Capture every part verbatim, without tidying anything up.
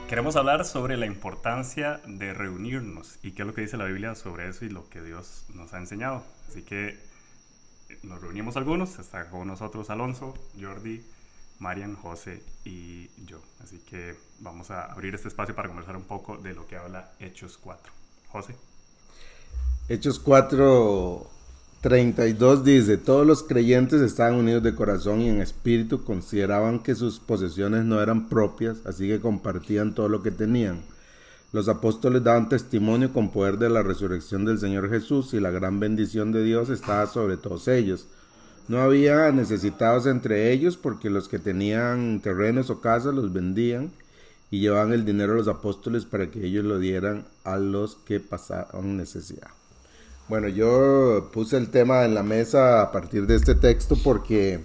Queremos hablar sobre la importancia de reunirnos y qué es lo que dice la Biblia sobre eso y lo que Dios nos ha enseñado. Así que nos reunimos algunos, está con nosotros Alonso, Jordi, Marian, José y yo. Así que vamos a abrir este espacio para conversar un poco de lo que habla Hechos cuatro. José. Hechos cuatro treinta y dos dice: todos los creyentes estaban unidos de corazón y en espíritu, consideraban que sus posesiones no eran propias, así que compartían todo lo que tenían. Los apóstoles daban testimonio con poder de la resurrección del Señor Jesús, y la gran bendición de Dios estaba sobre todos ellos. No había necesitados entre ellos, porque los que tenían terrenos o casas los vendían y llevaban el dinero a los apóstoles para que ellos lo dieran a los que pasaban necesidad. Bueno, yo puse el tema en la mesa a partir de este texto porque,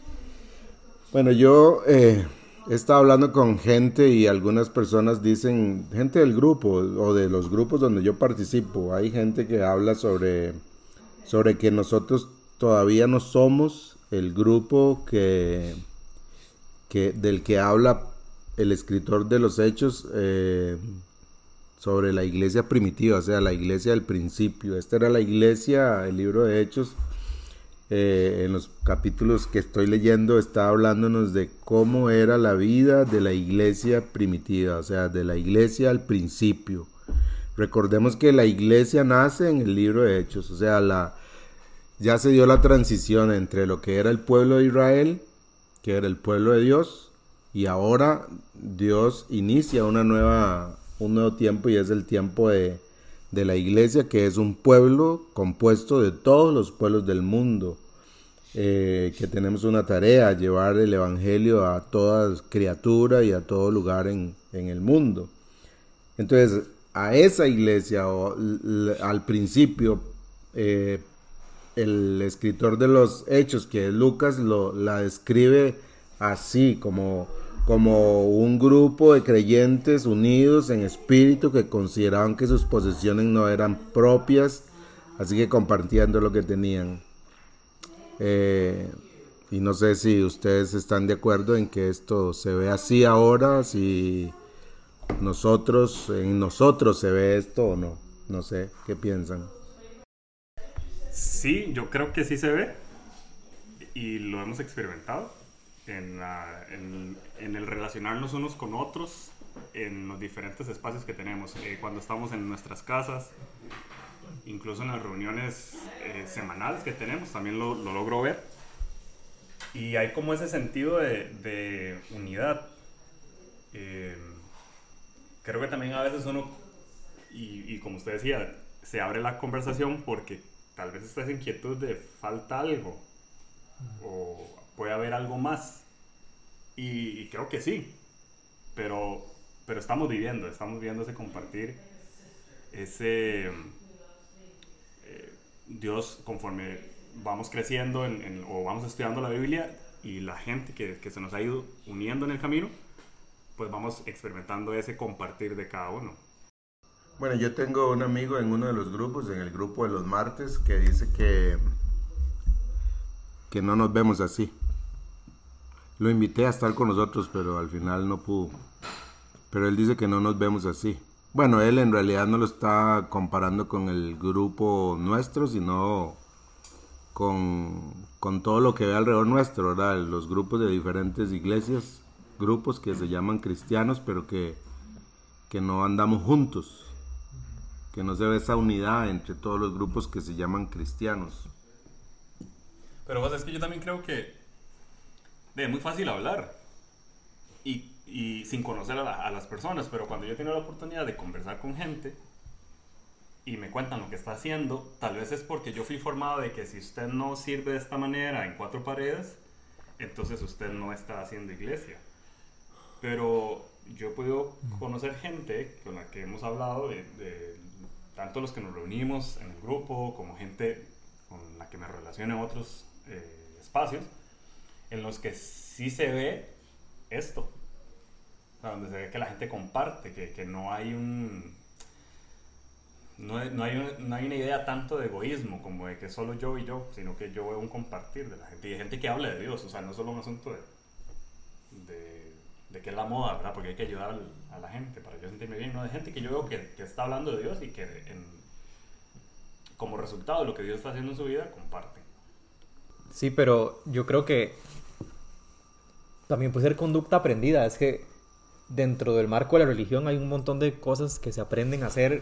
bueno, yo eh, he estado hablando con gente y algunas personas dicen, gente del grupo o de los grupos donde yo participo, hay gente que habla sobre, sobre que nosotros todavía no somos el grupo que, que del que habla el escritor de los Hechos, eh, sobre la iglesia primitiva, o sea, la iglesia del principio. Esta era la iglesia, el libro de Hechos, eh, en los capítulos que estoy leyendo, está hablándonos de cómo era la vida de la iglesia primitiva, o sea, de la iglesia al principio. Recordemos que la iglesia nace en el libro de Hechos, o sea, la, ya se dio la transición entre lo que era el pueblo de Israel, que era el pueblo de Dios, y ahora Dios inicia una nueva un nuevo tiempo, y es el tiempo de, de la iglesia, que es un pueblo compuesto de todos los pueblos del mundo, eh, que tenemos una tarea: llevar el evangelio a toda criatura y a todo lugar en, en el mundo. Entonces, a esa iglesia, o l, al principio, eh, el escritor de los Hechos, que es Lucas, lo, la describe así, como como un grupo de creyentes unidos en espíritu, que consideraban que sus posesiones no eran propias, así que compartiendo lo que tenían. Eh, y no sé si ustedes están de acuerdo en que esto se ve así ahora, si nosotros, en nosotros se ve esto o no. No sé, ¿qué piensan? Sí, yo creo que sí se ve y lo hemos experimentado. En, la, en, en el relacionarnos unos con otros en los diferentes espacios que tenemos, eh, cuando estamos en nuestras casas, incluso en las reuniones eh, semanales que tenemos, también lo, lo logro ver, y hay como ese sentido de, de unidad. Eh, creo que también a veces uno, y, y como usted decía, se abre la conversación porque tal vez está esa inquietud de falta algo, o puede haber algo más, y, y creo que sí, pero, pero estamos viviendo, estamos viendo ese compartir, ese eh, Dios, conforme vamos creciendo en, en, o vamos estudiando la Biblia, y la gente que, que se nos ha ido uniendo en el camino, pues vamos experimentando ese compartir de cada uno. Bueno, yo tengo un amigo en uno de los grupos, en el grupo de los martes, que dice que que no nos vemos así. Lo invité a estar con nosotros, pero al final no pudo. Pero él dice que no nos vemos así. Bueno, él en realidad no lo está comparando con el grupo nuestro, sino con, con todo lo que ve alrededor nuestro, ¿verdad? Los grupos de diferentes iglesias, grupos que se llaman cristianos, pero que, que no andamos juntos, que no se ve esa unidad entre todos los grupos que se llaman cristianos. Pero pues, es que yo también creo que es muy fácil hablar y, y sin conocer a, la, a las personas, pero cuando yo tengo la oportunidad de conversar con gente y me cuentan lo que está haciendo, tal vez es porque yo fui formado de que si usted no sirve de esta manera en cuatro paredes, entonces usted no está haciendo iglesia. Pero yo he podido conocer gente con la que hemos hablado, de, de tanto los que nos reunimos en el grupo, como gente con la que me relaciono en otros eh, espacios, en los que sí se ve esto, o sea, donde se ve que la gente comparte, que, que no hay un no, no, hay un, no hay una idea tanto de egoísmo como de que solo yo y yo, sino que yo veo un compartir de la gente, y de gente que habla de Dios, o sea, no es solo un asunto de, de de qué es la moda, ¿verdad? Porque hay que ayudar al, a la gente para yo sentirme bien, ¿no? De gente que yo veo que, que está hablando de Dios y que en, como resultado de lo que Dios está haciendo en su vida, comparten. Sí, pero yo creo que también puede ser conducta aprendida. Es que dentro del marco de la religión hay un montón de cosas que se aprenden a hacer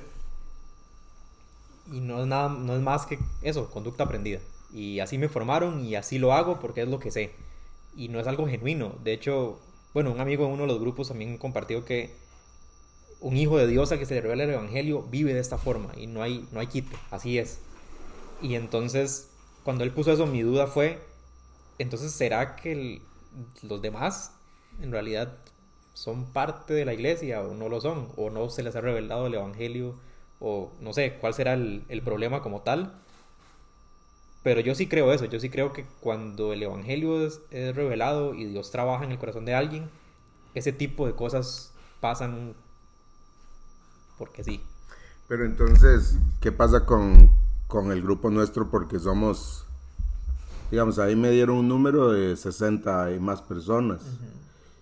y no es nada, no es más que eso, conducta aprendida. Y así me formaron y así lo hago porque es lo que sé. Y no es algo genuino. De hecho, bueno, un amigo en uno de los grupos también compartió que un hijo de Dios a que se le revela el evangelio vive de esta forma y no hay, no hay quite, así es. Y entonces, cuando él puso eso, mi duda fue, entonces, ¿será que el, los demás en realidad son parte de la iglesia o no lo son? ¿O no se les ha revelado el evangelio? O no sé, ¿cuál será el, el problema como tal? Pero yo sí creo eso, yo sí creo que cuando el evangelio es, es revelado y Dios trabaja en el corazón de alguien, ese tipo de cosas pasan porque sí. Pero entonces, ¿qué pasa con, con el grupo nuestro? Porque somos, digamos, ahí me dieron un número de sesenta y más personas. Uh-huh.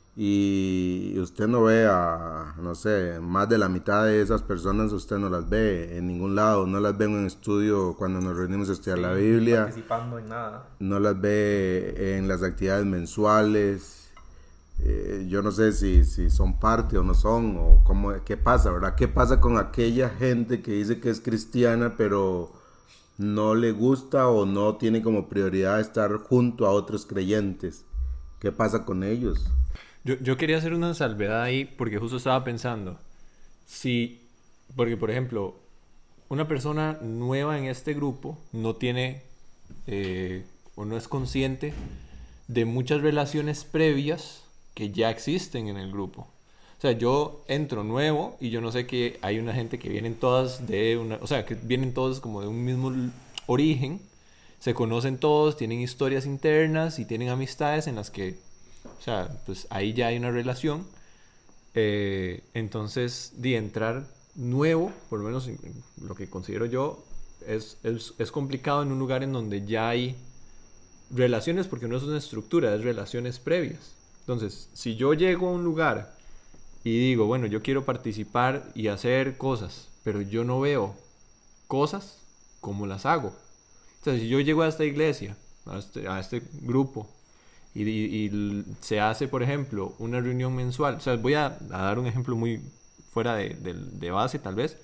Y usted no ve a, no sé, más de la mitad de esas personas, usted no las ve en ningún lado, no las ve en un estudio cuando nos reunimos a estudiar sí, la Biblia, participando en nada, no las ve en las actividades mensuales, eh, yo no sé si, si son parte o no son, o cómo, qué pasa, ¿verdad? ¿Qué pasa con aquella gente que dice que es cristiana, pero no le gusta o no tiene como prioridad estar junto a otros creyentes? ¿Qué pasa con ellos? Yo, yo quería hacer una salvedad ahí porque justo estaba pensando, si, porque por ejemplo, una persona nueva en este grupo no tiene eh, o no es consciente de muchas relaciones previas que ya existen en el grupo. O sea, yo entro nuevo y yo no sé que hay una gente que vienen todas de una, o sea, que vienen todos como de un mismo origen, se conocen todos, tienen historias internas y tienen amistades en las que, o sea, pues ahí ya hay una relación. Eh, entonces, de entrar nuevo, por lo menos lo que considero yo, es, es, es complicado en un lugar en donde ya hay relaciones, porque no es una estructura, es relaciones previas. Entonces, si yo llego a un lugar y digo, bueno, yo quiero participar y hacer cosas, pero yo no veo cosas, ¿cómo las hago? O sea, si yo llego a esta iglesia, a este, a este grupo, y, y, y se hace, por ejemplo, una reunión mensual, o sea, voy a, a dar un ejemplo muy fuera de, de, de base, tal vez,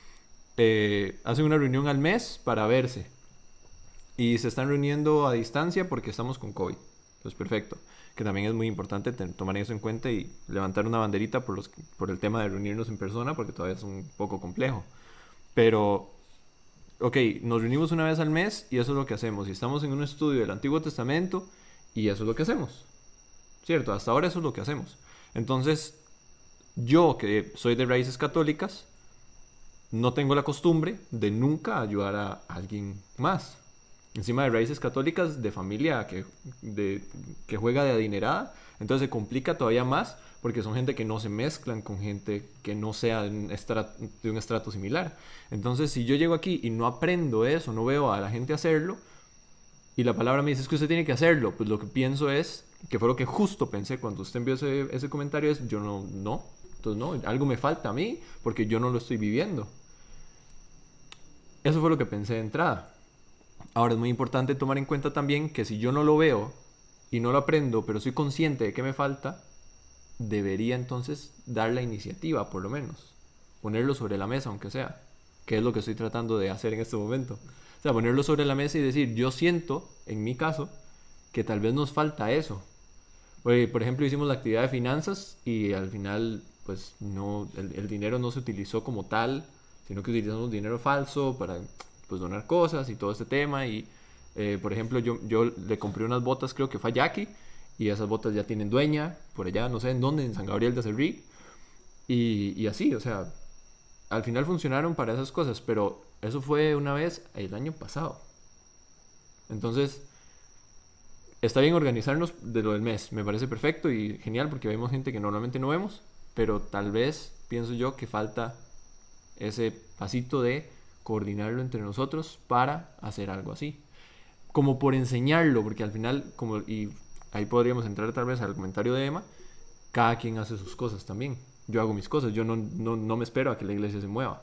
eh, hacen una reunión al mes para verse, y se están reuniendo a distancia porque estamos con COVID. Entonces, perfecto. Que también es muy importante tomar eso en cuenta y levantar una banderita por, los, por el tema de reunirnos en persona, porque todavía es un poco complejo. Pero, ok, nos reunimos una vez al mes y eso es lo que hacemos. Y estamos en un estudio del Antiguo Testamento y eso es lo que hacemos. ¿Cierto? Hasta ahora eso es lo que hacemos. Entonces, yo que soy de raíces católicas, no tengo la costumbre de nunca ayudar a alguien más. Encima de raíces católicas, de familia que, de, que juega de adinerada, entonces se complica todavía más porque son gente que no se mezclan con gente que no sea de un, estrato, de un estrato similar. Entonces, si yo llego aquí y no aprendo eso, no veo a la gente hacerlo, y la palabra me dice, es que usted tiene que hacerlo, pues lo que pienso es, que fue lo que justo pensé cuando usted envió ese, ese comentario, es, yo no, no, entonces no, algo me falta a mí porque yo no lo estoy viviendo. Eso fue lo que pensé de entrada. Ahora es muy importante tomar en cuenta también que si yo no lo veo y no lo aprendo, pero soy consciente de que me falta, debería entonces dar la iniciativa, por lo menos. Ponerlo sobre la mesa, aunque sea. Que es lo que estoy tratando de hacer en este momento. O sea, ponerlo sobre la mesa y decir, yo siento, en mi caso, que tal vez nos falta eso. Por ejemplo, hicimos la actividad de finanzas y al final, pues, no, el, el dinero no se utilizó como tal, sino que utilizamos dinero falso para... pues donar cosas y todo este tema y eh, por ejemplo yo, yo le compré unas botas, creo que fue a Jackie, y esas botas ya tienen dueña por allá, no sé en dónde, en San Gabriel de Acerrí, y, y así, o sea, al final funcionaron para esas cosas, pero eso fue una vez el año pasado. Entonces está bien organizarnos de lo del mes, me parece perfecto y genial porque vemos gente que normalmente no vemos, pero tal vez pienso yo que falta ese pasito de coordinarlo entre nosotros para hacer algo así, como por enseñarlo, porque al final, como y ahí podríamos entrar tal vez al comentario de Emma, cada quien hace sus cosas también. Yo hago mis cosas, yo no, no, no me espero a que la iglesia se mueva.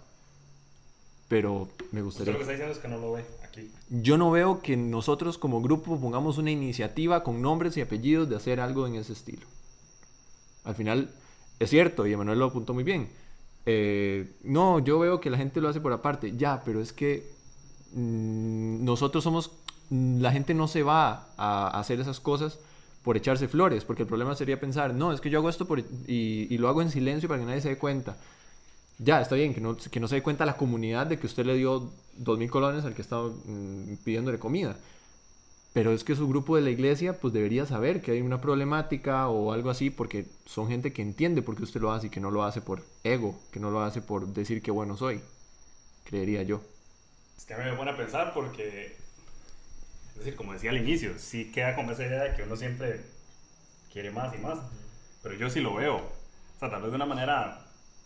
Pero me gustaría... Usted lo que está diciendo es que no lo ve aquí. Yo no veo que nosotros como grupo pongamos una iniciativa con nombres y apellidos de hacer algo en ese estilo. Al final, es cierto, y Emanuel lo apuntó muy bien. Eh, no, yo veo que la gente lo hace por aparte. Ya, pero es que mmm, nosotros somos... La gente no se va a hacer esas cosas por echarse flores, porque el problema sería pensar, no, es que yo hago esto por, y, y lo hago en silencio para que nadie se dé cuenta. Ya, está bien, que no, que no se dé cuenta la comunidad de que usted le dio dos mil colones al que estaba mmm, pidiéndole comida. Pero es que su grupo de la iglesia pues debería saber que hay una problemática o algo así, porque son gente que entiende por qué usted lo hace y que no lo hace por ego, que no lo hace por decir que bueno soy, creería yo. Es que a mí me pone a pensar porque, es decir, como decía al inicio, sí queda como esa idea de que uno siempre quiere más y más, pero yo sí lo veo, o sea, tal vez de una manera,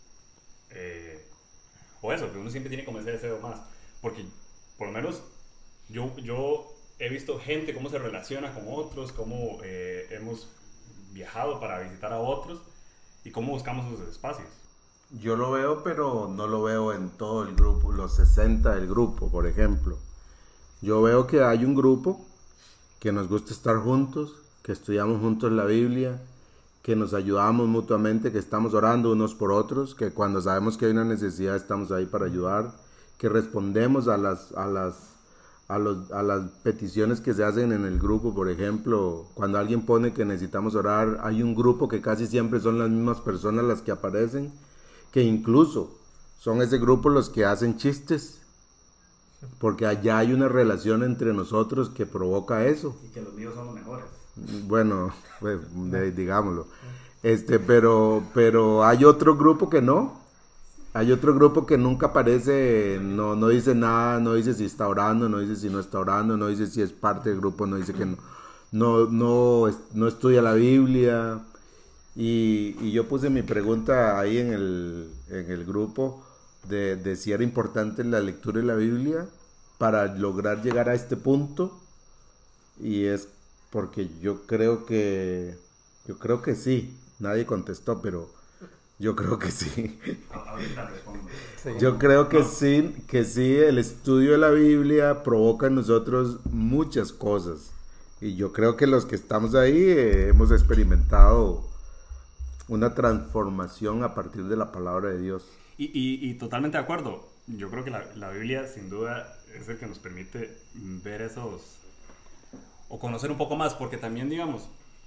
eh, o eso, que uno siempre tiene como ese deseo más, porque por lo menos yo, yo he visto gente cómo se relaciona con otros, cómo eh, hemos viajado para visitar a otros y cómo buscamos esos espacios. Yo lo veo, pero no lo veo en todo el grupo, los sesenta del grupo, por ejemplo. Yo veo que hay un grupo que nos gusta estar juntos, que estudiamos juntos la Biblia, que nos ayudamos mutuamente, que estamos orando unos por otros, que cuando sabemos que hay una necesidad estamos ahí para ayudar, que respondemos a las, a las, a los, a las peticiones que se hacen en el grupo. Por ejemplo, cuando alguien pone que necesitamos orar, hay un grupo que casi siempre son las mismas personas las que aparecen, que incluso son ese grupo los que hacen chistes, porque allá hay una relación entre nosotros que provoca eso. Y que los míos son los mejores. Bueno, pues, de, digámoslo. Este, pero, pero hay otro grupo que no. Hay otro grupo que nunca aparece, no, no dice nada, no dice si está orando, no dice si no está orando, no dice si es parte del grupo, no dice que no, no, no, no estudia la Biblia. Y, y yo puse mi pregunta ahí en el, en el grupo de, de si era importante la lectura de la Biblia para lograr llegar a este punto, y es porque yo creo que yo creo que sí. Nadie contestó, pero yo creo que sí. Ahorita respondo. Sí. Yo creo que sí, que sí, el estudio de la Biblia provoca en nosotros muchas cosas, y yo creo que los que estamos ahí eh, hemos experimentado una transformación a partir de la palabra de Dios. Y, y, y totalmente de acuerdo. Yo creo que la, la Biblia sin duda es el que nos permite ver esos, o conocer un poco más, porque también, digamos,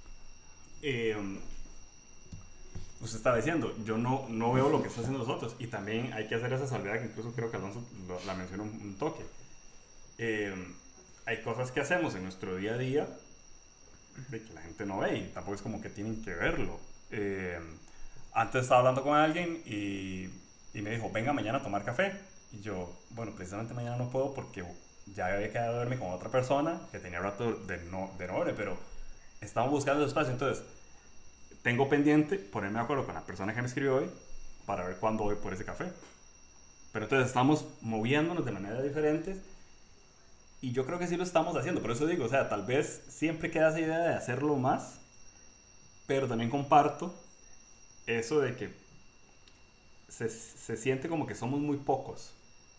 eh, usted estaba diciendo, yo no, no veo lo que está haciendo nosotros, y también hay que hacer esa salvedad que incluso creo que Alonso lo, la mencionó un, un toque. Eh, hay cosas que hacemos en nuestro día a día de que la gente no ve, y tampoco es como que tienen que verlo. Eh, antes estaba hablando con alguien y, y me dijo, venga mañana a tomar café. Y yo, bueno, precisamente mañana no puedo porque ya había quedado a verme con otra persona que tenía rato de no, de no verme, pero estamos buscando el espacio. Entonces, tengo pendiente ponerme de acuerdo con la persona que me escribió hoy para ver cuándo voy por ese café. Pero entonces estamos moviéndonos de maneras diferentes, y yo creo que sí lo estamos haciendo. Por eso digo, o sea, tal vez siempre queda esa idea de hacerlo más, pero también comparto eso de que se, se siente como que somos muy pocos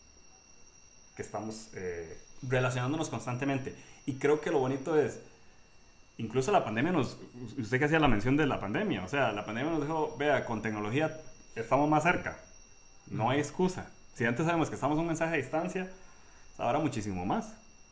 que estamos eh, relacionándonos constantemente. Y creo que lo bonito es, incluso la pandemia nos, usted que hacía la mención de la pandemia, o sea, la pandemia nos dejó, vea, con tecnología estamos más cerca, no hay excusa. Si antes sabemos que estamos a un mensaje a distancia, ahora muchísimo más.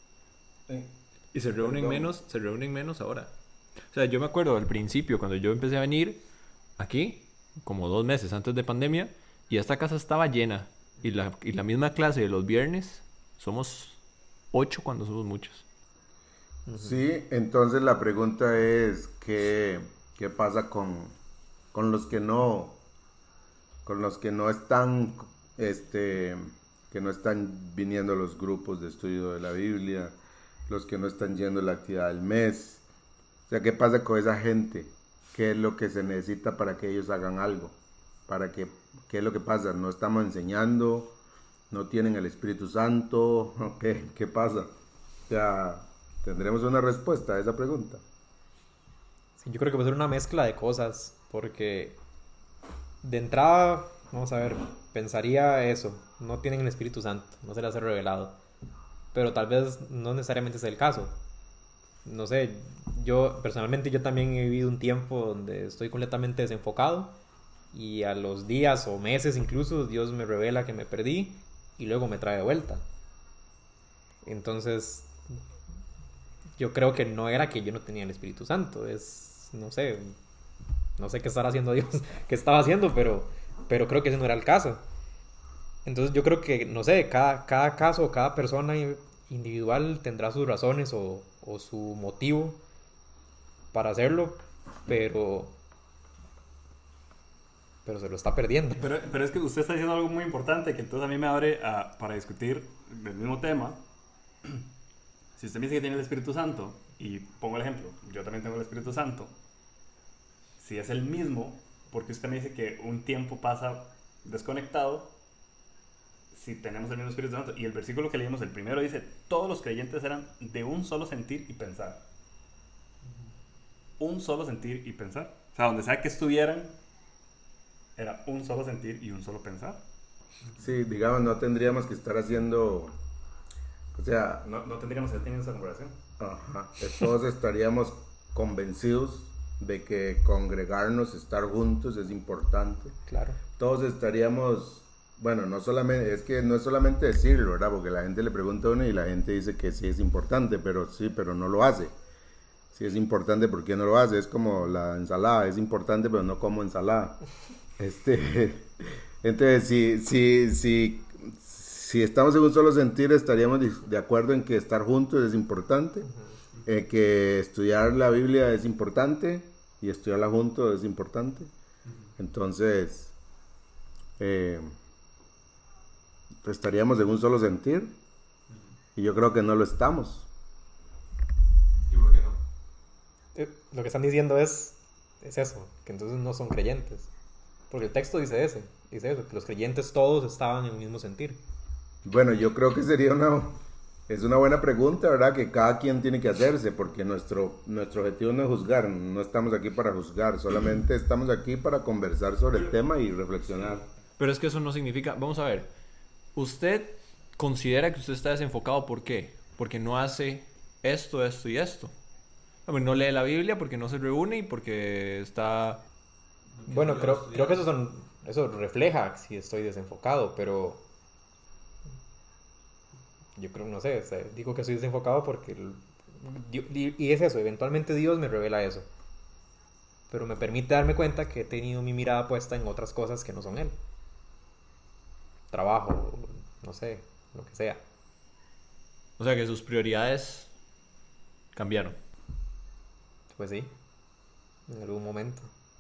Y se reúnen menos, se reúnen menos ahora. O sea, yo me acuerdo al principio, cuando yo empecé a venir aquí, como dos meses antes de pandemia, y esta casa estaba llena. Y la, y la misma clase de los viernes, somos ocho cuando somos muchos. Sí, entonces la pregunta es, ¿qué, qué pasa con, con los que no, con los que no están, este, que no están viniendo a los grupos de estudio de la Biblia, los que no están yendo a la actividad del mes? O sea, ¿qué pasa con esa gente? ¿Qué es lo que se necesita para que ellos hagan algo? Para que, ¿qué es lo que pasa? ¿No estamos enseñando? ¿No tienen el Espíritu Santo? ¿Qué, qué pasa? O sea, ¿tendremos una respuesta a esa pregunta? Yo creo que puede ser una mezcla de cosas, porque de entrada, vamos a ver, pensaría eso, no tienen el Espíritu Santo, no se les ha revelado, pero tal vez no necesariamente es el caso. No sé, yo personalmente yo también he vivido un tiempo donde estoy completamente desenfocado y a los días o meses incluso Dios me revela que me perdí y luego me trae de vuelta. Entonces, yo creo que no era que yo no tenía el Espíritu Santo, es, no sé, no sé qué estará haciendo Dios, qué estaba haciendo, pero, pero creo que ese no era el caso. Entonces yo creo que, no sé, cada, cada caso, cada persona individual tendrá sus razones o, o su motivo para hacerlo, pero, pero se lo está perdiendo. Pero, pero es que usted está diciendo algo muy importante que entonces a mí me abre a, para discutir del mismo tema. Si usted me dice que tiene el Espíritu Santo, y pongo el ejemplo, yo también tengo el Espíritu Santo, si es el mismo, porque usted me dice que un tiempo pasa desconectado, si tenemos el mismo Espíritu Santo, y el versículo que leímos, el primero dice, todos los creyentes eran de un solo sentir y pensar. Un solo sentir y pensar. O sea, donde sea que estuvieran, era un solo sentir y un solo pensar. Sí, digamos, no tendríamos que estar haciendo, o sea, No, no tendríamos que tener esa conversación. ajá, todos estaríamos convencidos de que congregarnos, estar juntos es importante. Claro. Todos estaríamos, bueno, no solamente, es que no es solamente decirlo, ¿verdad? Porque la gente le pregunta a uno y la gente dice que sí es importante, pero sí, pero no lo hace. Si es importante, ¿por qué no lo hace? Es como la ensalada, es importante, pero no como ensalada. Este, entonces, si, si, si, si estamos en un solo sentir, estaríamos de acuerdo en que estar juntos es importante, eh, que estudiar la Biblia es importante y estudiarla juntos es importante. Entonces, eh, estaríamos en un solo sentir y yo creo que no lo estamos. ¿Y por qué no? Eh, Lo que están diciendo es, es eso, que entonces no son creyentes. Porque el texto dice ese, dice eso, que los creyentes todos estaban en el mismo sentir. Bueno, yo creo que sería una, es una buena pregunta, ¿verdad? Que cada quien tiene que hacerse, porque nuestro, nuestro objetivo no es juzgar, no estamos aquí para juzgar, solamente estamos aquí para conversar sobre el tema y reflexionar. Pero es que eso no significa, vamos a ver, usted considera que usted está desenfocado, ¿por qué? Porque no hace esto, esto y esto. No lee la Biblia porque no se reúne y porque está... Bueno, creo, creo que eso, son, eso refleja si estoy desenfocado, pero yo creo, no sé, o sea, digo que estoy desenfocado porque, el, y, y es eso, eventualmente Dios me revela eso, pero me permite darme cuenta que he tenido mi mirada puesta en otras cosas que no son Él. Trabajo, no sé, lo que sea. O sea que sus prioridades cambiaron. Pues sí, en algún momento.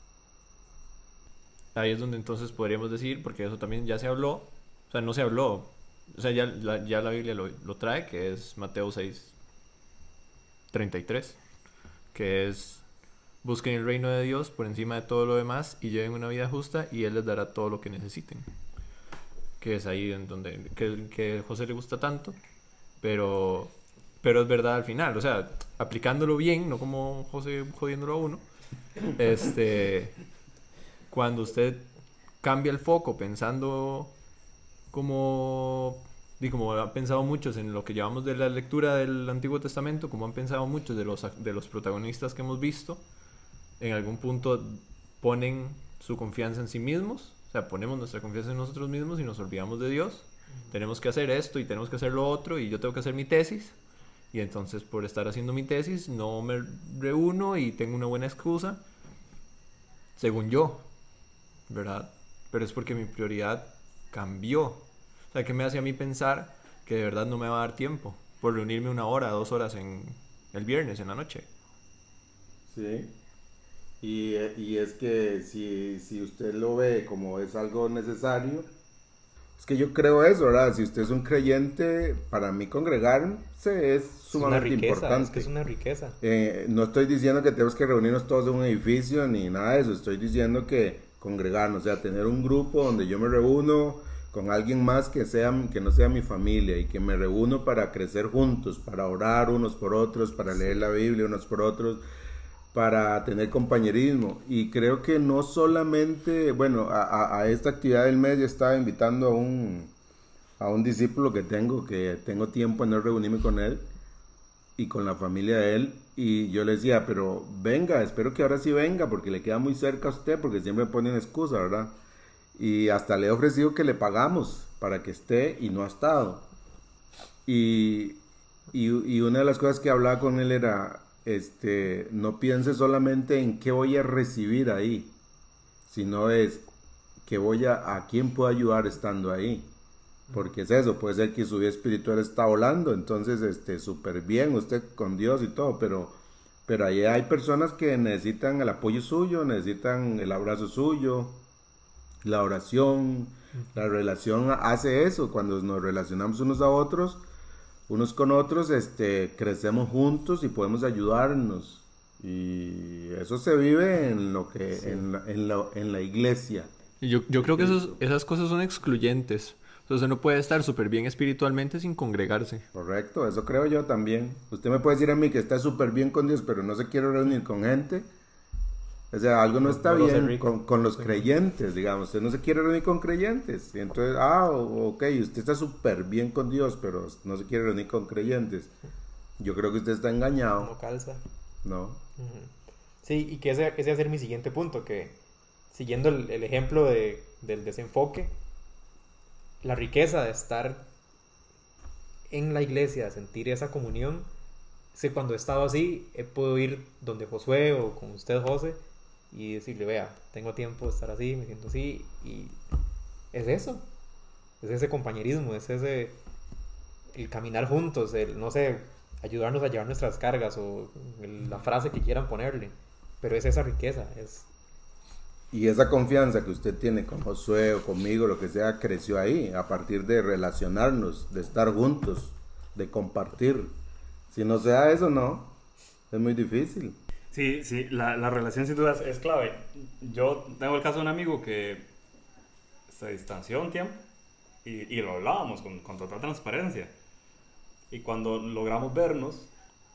Ahí es donde entonces podríamos decir, porque eso también ya se habló, o sea, no se habló, o sea, ya la, ya la Biblia lo, lo trae, que es Mateo seis, treinta y tres, que es, busquen el reino de Dios por encima de todo lo demás y lleven una vida justa y Él les dará todo lo que necesiten. Que es ahí en donde, que, que a José le gusta tanto, pero, pero es verdad al final, o sea, aplicándolo bien, no como José jodiéndolo a uno, este... Cuando usted cambia el foco pensando como, y como han pensado muchos en lo que llevamos de la lectura del Antiguo Testamento, como han pensado muchos de los, de los protagonistas que hemos visto, en algún punto ponen su confianza en sí mismos, o sea, ponemos nuestra confianza en nosotros mismos y nos olvidamos de Dios. Tenemos que hacer esto y tenemos que hacer lo otro y yo tengo que hacer mi tesis. Y entonces por estar haciendo mi tesis no me reúno y tengo una buena excusa, según yo. ¿Verdad? Pero es porque mi prioridad cambió. O sea, ¿qué me hace a mí pensar que de verdad no me va a dar tiempo por reunirme una hora, dos horas en el viernes, en la noche? Sí. Y, y es que si, si usted lo ve como es algo necesario, es que yo creo eso, ¿verdad? Si usted es un creyente, para mí congregarse es sumamente es una riqueza, importante. Es que es una riqueza. Eh, no estoy diciendo que tenemos que reunirnos todos en un edificio ni nada de eso, estoy diciendo que congregarnos, o sea, tener un grupo donde yo me reúno con alguien más que sea, que no sea mi familia y que me reúno para crecer juntos, para orar unos por otros, para leer la Biblia unos por otros, para tener compañerismo. Y creo que no solamente, bueno, a, a, a esta actividad del mes yo estaba invitando a un, a un discípulo que tengo, que tengo tiempo en no reunirme con él y con la familia de él, y yo le decía, pero venga, espero que ahora sí venga, porque le queda muy cerca a usted, porque siempre me ponen excusa, ¿verdad? Y hasta le he ofrecido que le pagamos para que esté y no ha estado. Y, y, y una de las cosas que hablaba con él era, este, no piense solamente en qué voy a recibir ahí, sino es que voy a, a quién puedo ayudar estando ahí. Porque es eso, puede ser que su vida espiritual está volando, entonces este, súper bien, usted con Dios y todo, pero, pero ahí hay personas que necesitan el apoyo suyo, necesitan el abrazo suyo, la oración, la relación hace eso, cuando nos relacionamos unos a otros, unos con otros, este, crecemos juntos y podemos ayudarnos, y eso se vive en lo que, sí. en, la, en, la, en la iglesia. Yo, yo creo que esos, esas cosas son excluyentes. Entonces uno puede estar súper bien espiritualmente sin congregarse. Correcto, eso creo yo también. Usted me puede decir a mí que está súper bien con Dios, pero no se quiere reunir con gente. O sea, algo no está no bien con, con los creyentes, digamos. Usted no se quiere reunir con creyentes. Y entonces, ah, ok, usted está súper bien con Dios, pero no se quiere reunir con creyentes. Yo creo que usted está engañado. No calza. No. Uh-huh. Sí, y que ese, ese va a ser mi siguiente punto, que siguiendo el, el ejemplo de, del desenfoque, la riqueza de estar en la iglesia, sentir esa comunión, sé cuando he estado así, he podido ir donde Josué o con usted, José, y decirle, vea, tengo tiempo de estar así, me siento así, y es eso, es ese compañerismo, es ese, el caminar juntos, el, no sé, ayudarnos a llevar nuestras cargas, o el, la frase que quieran ponerle, pero es esa riqueza, es... Y esa confianza que usted tiene con Josué o conmigo, lo que sea, creció ahí, a partir de relacionarnos, de estar juntos, de compartir. Si no se da eso, no, es muy difícil. Sí, sí, la, la relación sin duda es, es clave. Yo tengo el caso de un amigo que se distanció un tiempo y, y lo hablábamos con, con total transparencia. Y cuando logramos vernos,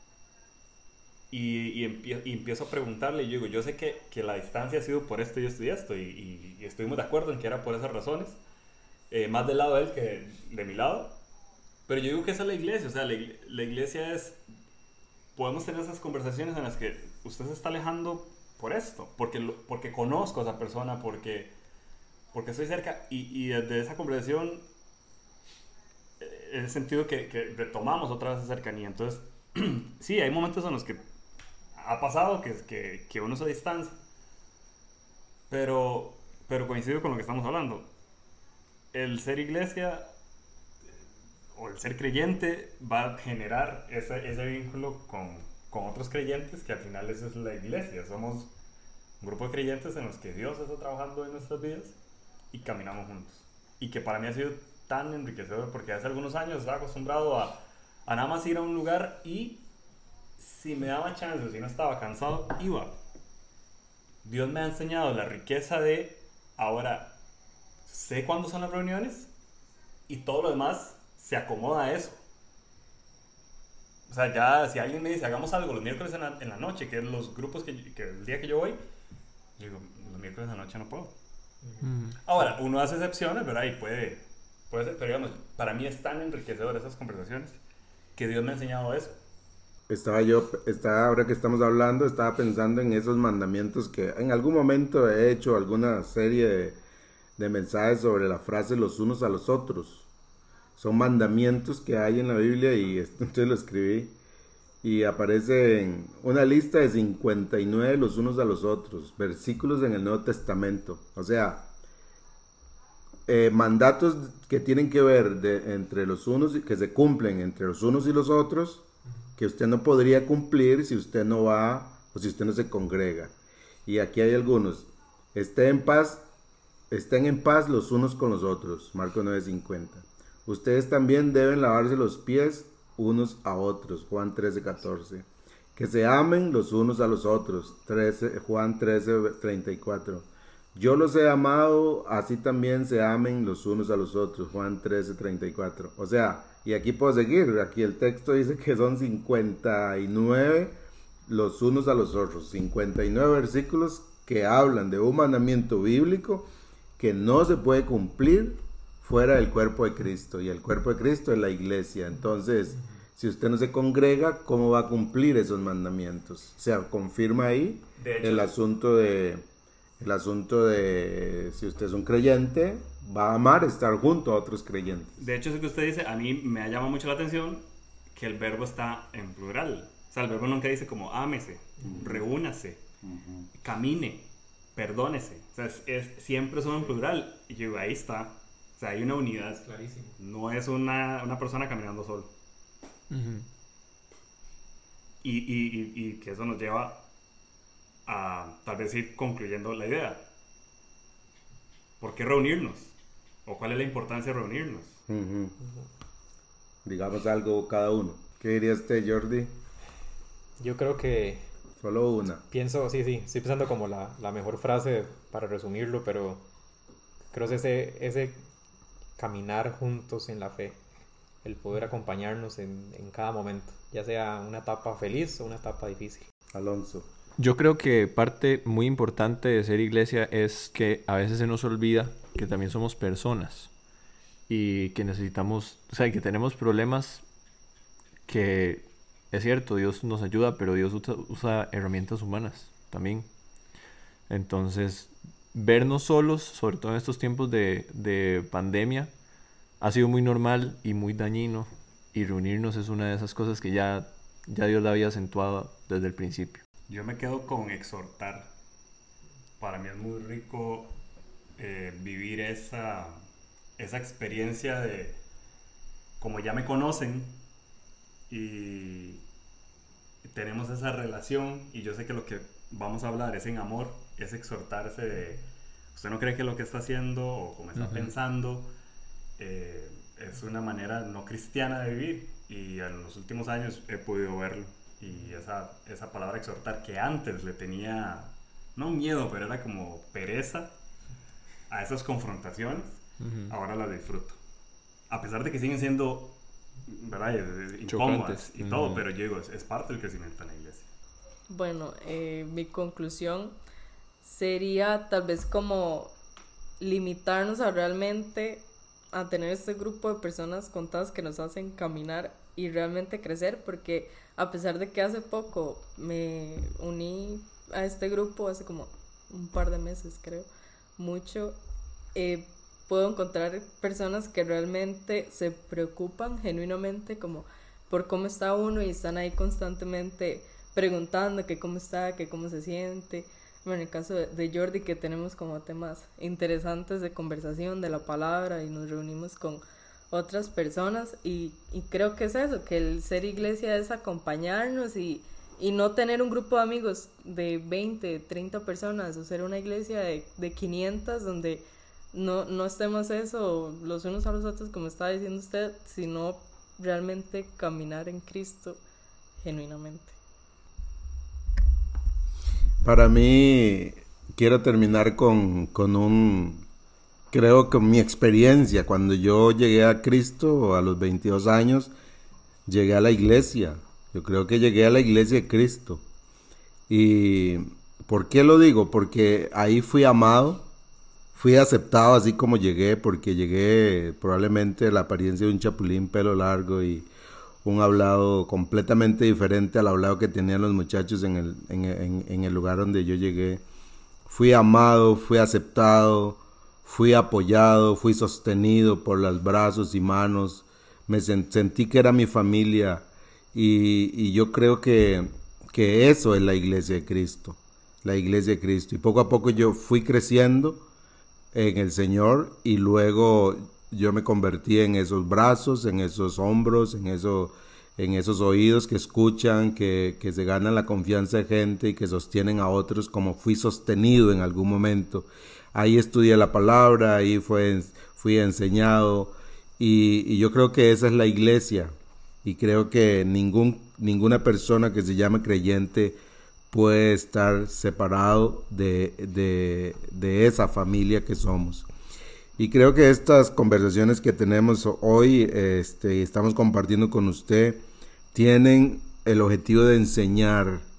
Y, y, empie, y empiezo a preguntarle, y yo digo, yo sé que, que la distancia ha sido por esto y esto y esto, y, y, y estuvimos de acuerdo en que era por esas razones, eh, más del lado de él que de mi lado, pero yo digo que esa es la iglesia, o sea, la, la iglesia es, podemos tener esas conversaciones en las que usted se está alejando por esto, porque, lo, porque conozco a esa persona, porque, porque estoy cerca, y, y desde esa conversación, en el sentido que, que retomamos otra vez esa cercanía, entonces, sí, hay momentos en los que ha pasado que, que, que uno se distancia, pero, pero coincido con lo que estamos hablando. El ser iglesia o el ser creyente va a generar ese, ese vínculo con, con otros creyentes, que al final eso es la iglesia. Somos un grupo de creyentes en los que Dios está trabajando en nuestras vidas y caminamos juntos. Y que para mí ha sido tan enriquecedor, porque hace algunos años estaba acostumbrado a, a nada más ir a un lugar y si me daba chance o si no estaba cansado, iba. Dios me ha enseñado la riqueza de ahora sé cuándo son las reuniones y todo lo demás se acomoda a eso. O sea, ya si alguien me dice hagamos algo los miércoles en la, en la noche, que es los grupos que, que el día que yo voy, yo digo, los miércoles en la noche no puedo. Mm. Ahora, uno hace excepciones, ¿verdad? Y puede, puede ser, pero digamos, para mí es tan enriquecedor esas conversaciones que Dios me ha enseñado eso. Estaba yo, estaba, ahora que estamos hablando, estaba pensando en esos mandamientos que en algún momento he hecho alguna serie de, de mensajes sobre la frase los unos a los otros. Son mandamientos que hay en la Biblia y entonces lo escribí. Y aparece en una lista de cincuenta y nueve los unos a los otros, versículos en el Nuevo Testamento. O sea, eh, mandatos que tienen que ver de, entre los unos, que se cumplen entre los unos y los otros, que usted no podría cumplir si usted no va o si usted no se congrega. Y aquí hay algunos. Estén en paz, estén en paz los unos con los otros. Marcos nueve cincuenta. Ustedes también deben lavarse los pies unos a otros. Juan trece catorce. Que se amen los unos a los otros. trece, Juan trece treinta y cuatro. Yo los he amado, así también se amen los unos a los otros. Juan trece treinta y cuatro. O sea, y aquí puedo seguir, aquí el texto dice que son cincuenta y nueve los unos a los otros. cincuenta y nueve versículos que hablan de un mandamiento bíblico que no se puede cumplir fuera del cuerpo de Cristo, y el cuerpo de Cristo es la iglesia. Entonces, si usted no se congrega, ¿cómo va a cumplir esos mandamientos? O sea, confirma ahí De hecho, el asunto de el asunto de si usted es un creyente, va a amar estar junto a otros creyentes. De hecho, eso que usted dice, a mí me llama mucho la atención que el verbo está en plural. O sea, el verbo nunca dice como ámese, uh-huh. reúnase, uh-huh. camine, perdónese. O sea, es, es, siempre son en plural. Y yo digo, ahí está. O sea, hay una unidad. Clarísimo. No es una, una persona caminando solo. Uh-huh. Y, y, y, y que eso nos lleva a tal vez ir concluyendo la idea. ¿Por qué reunirnos? ¿O cuál es la importancia de reunirnos? Uh-huh. Uh-huh. Digamos algo cada uno. ¿Qué diría usted, Jordi? Yo creo que... Solo una. Pienso, sí, sí, estoy pensando como la, la mejor frase para resumirlo, pero creo que ese, ese caminar juntos en la fe, el poder acompañarnos en, en cada momento, ya sea una etapa feliz o una etapa difícil. Alonso. Yo creo que parte muy importante de ser iglesia es que a veces se nos olvida que también somos personas y que necesitamos, o sea, que tenemos problemas que, es cierto, Dios nos ayuda, pero Dios usa, usa herramientas humanas también. Entonces, vernos solos, sobre todo en estos tiempos de, de pandemia, ha sido muy normal y muy dañino, y reunirnos es una de esas cosas que ya, ya Dios la había acentuado desde el principio. Yo me quedo con exhortar. Para mí es muy rico eh, vivir esa, esa experiencia de, como ya me conocen y tenemos esa relación, y yo sé que lo que vamos a hablar es en amor, es exhortarse de, usted no cree que lo que está haciendo o como está uh-huh. pensando eh, es una manera no cristiana de vivir, y en los últimos años he podido verlo. Y esa, esa palabra exhortar, que antes le tenía, no miedo, pero era como pereza a esas confrontaciones, uh-huh. ahora las disfruto. A pesar de que siguen siendo, ¿verdad?, incómodas y uh-huh. todo, pero yo digo, es, es parte del crecimiento en la iglesia. Bueno, eh, mi conclusión sería tal vez como limitarnos a realmente a tener este grupo de personas contadas que nos hacen caminar y realmente crecer, porque a pesar de que hace poco me uní a este grupo, hace como un par de meses creo, mucho, eh, puedo encontrar personas que realmente se preocupan genuinamente como por cómo está uno, y están ahí constantemente preguntando que cómo está, que cómo se siente. Bueno, en el caso de Jordi, que tenemos como temas interesantes de conversación de la palabra y nos reunimos con otras personas, y, y creo que es eso, que el ser iglesia es acompañarnos y, y no tener un grupo de amigos de veinte, treinta personas, o ser una iglesia de, de quinientas donde no, no estemos eso los unos a los otros como estaba diciendo usted, sino realmente caminar en Cristo genuinamente. Para mí, quiero terminar con, con un... Creo que mi experiencia, cuando yo llegué a Cristo a los veintidós años, llegué a la iglesia. Yo creo que llegué a la iglesia de Cristo. ¿Y por qué lo digo? Porque ahí fui amado, fui aceptado así como llegué, porque llegué probablemente la apariencia de un chapulín, pelo largo y un hablado completamente diferente al hablado que tenían los muchachos en el, en, en, en el lugar donde yo llegué. Fui amado, fui aceptado, fui apoyado, fui sostenido por los brazos y manos, me sent, sentí que era mi familia, y, y yo creo que, que eso es la iglesia de Cristo, la iglesia de Cristo. Y poco a poco yo fui creciendo en el Señor, y luego yo me convertí en esos brazos, en esos hombros, en, eso, en esos oídos que escuchan, que, que se ganan la confianza de gente y que sostienen a otros, como fui sostenido en algún momento. Ahí estudié la palabra, ahí fue, fui enseñado, y, y yo creo que esa es la iglesia, y creo que ningún, ninguna persona que se llame creyente puede estar separado de, de, de esa familia que somos. Y creo que estas conversaciones que tenemos hoy, este, estamos compartiendo con usted, tienen el objetivo de enseñar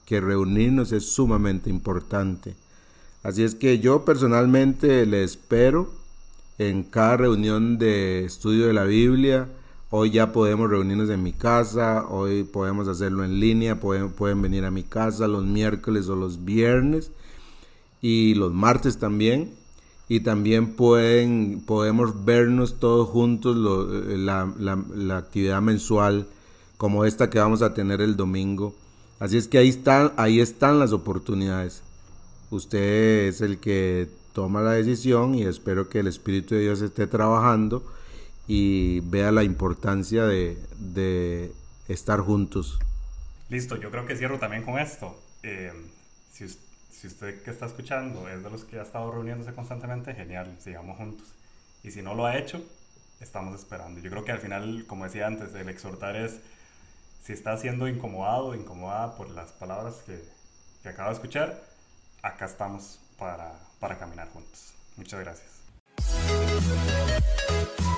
que reunirnos es sumamente importante. Así es que yo personalmente le espero en cada reunión de estudio de la Biblia. Hoy ya podemos reunirnos en mi casa, hoy podemos hacerlo en línea, pueden, pueden venir a mi casa los miércoles o los viernes y los martes también. Y también pueden, podemos vernos todos juntos lo, la, la, la actividad mensual como esta que vamos a tener el domingo. Así es que ahí están, ahí están las oportunidades. Usted es el que toma la decisión y espero que el Espíritu de Dios esté trabajando y vea la importancia de, de estar juntos. Listo, yo creo que cierro también con esto. Eh, si, si usted que está escuchando es de los que ha estado reuniéndose constantemente, genial, sigamos juntos. Y si no lo ha hecho, estamos esperando. Yo creo que al final, como decía antes, el exhortar es, si está siendo incomodado o incomodada por las palabras que, que acaba de escuchar, acá estamos para, para caminar juntos. Muchas gracias.